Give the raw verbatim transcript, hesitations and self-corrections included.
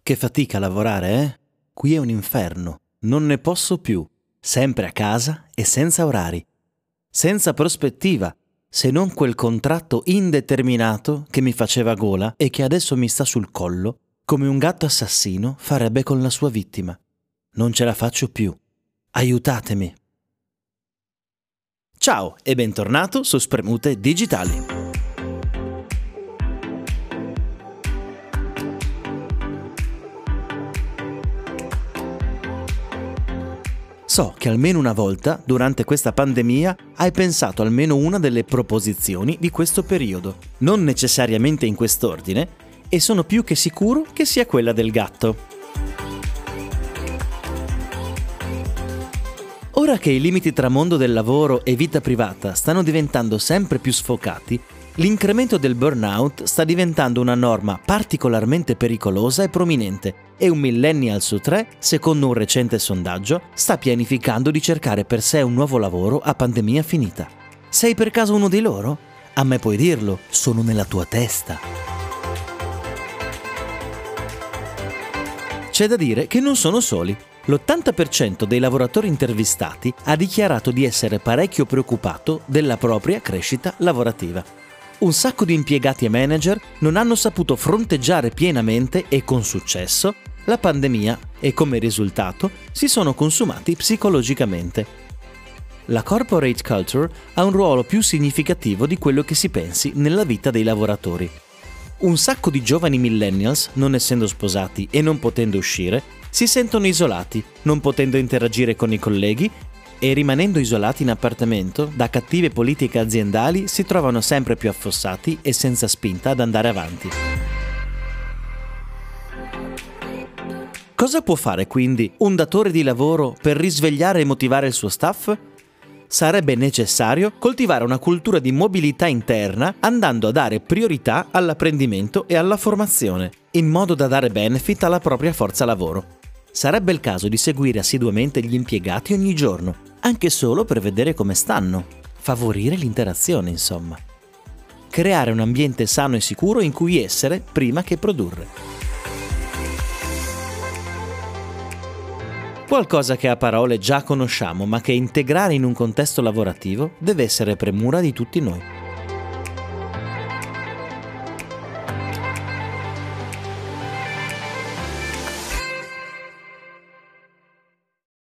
Che fatica a lavorare, eh? Qui è un inferno. Non ne posso più. Sempre a casa e senza orari. Senza prospettiva, se non quel contratto indeterminato che mi faceva gola e che adesso mi sta sul collo, come un gatto assassino farebbe con la sua vittima. Non ce la faccio più. Aiutatemi. Ciao e bentornato su Spremute Digitali. So che almeno una volta, durante questa pandemia, hai pensato almeno una delle proposizioni di questo periodo. Non necessariamente in quest'ordine, e sono più che sicuro che sia quella del gatto. Ora che i limiti tra mondo del lavoro e vita privata stanno diventando sempre più sfocati, l'incremento del burnout sta diventando una norma particolarmente pericolosa e prominente e un millennial su tre, secondo un recente sondaggio, sta pianificando di cercare per sé un nuovo lavoro a pandemia finita. Sei per caso uno di loro? A me puoi dirlo, sono nella tua testa. C'è da dire che non sono soli. L'ottanta per cento dei lavoratori intervistati ha dichiarato di essere parecchio preoccupato della propria crescita lavorativa. Un sacco di impiegati e manager non hanno saputo fronteggiare pienamente e con successo la pandemia e come risultato si sono consumati psicologicamente. La corporate culture ha un ruolo più significativo di quello che si pensi nella vita dei lavoratori. Un sacco di giovani millennials, non essendo sposati e non potendo uscire, si sentono isolati, non potendo interagire con i colleghi e rimanendo isolati in appartamento da cattive politiche aziendali si trovano sempre più affossati e senza spinta ad andare avanti. Cosa può fare quindi un datore di lavoro per risvegliare e motivare il suo staff? Sarebbe necessario coltivare una cultura di mobilità interna andando a dare priorità all'apprendimento e alla formazione, in modo da dare benefit alla propria forza lavoro. Sarebbe il caso di seguire assiduamente gli impiegati ogni giorno, anche solo per vedere come stanno, favorire l'interazione, insomma. Creare un ambiente sano e sicuro in cui essere prima che produrre. Qualcosa che a parole già conosciamo, ma che integrare in un contesto lavorativo deve essere premura di tutti noi.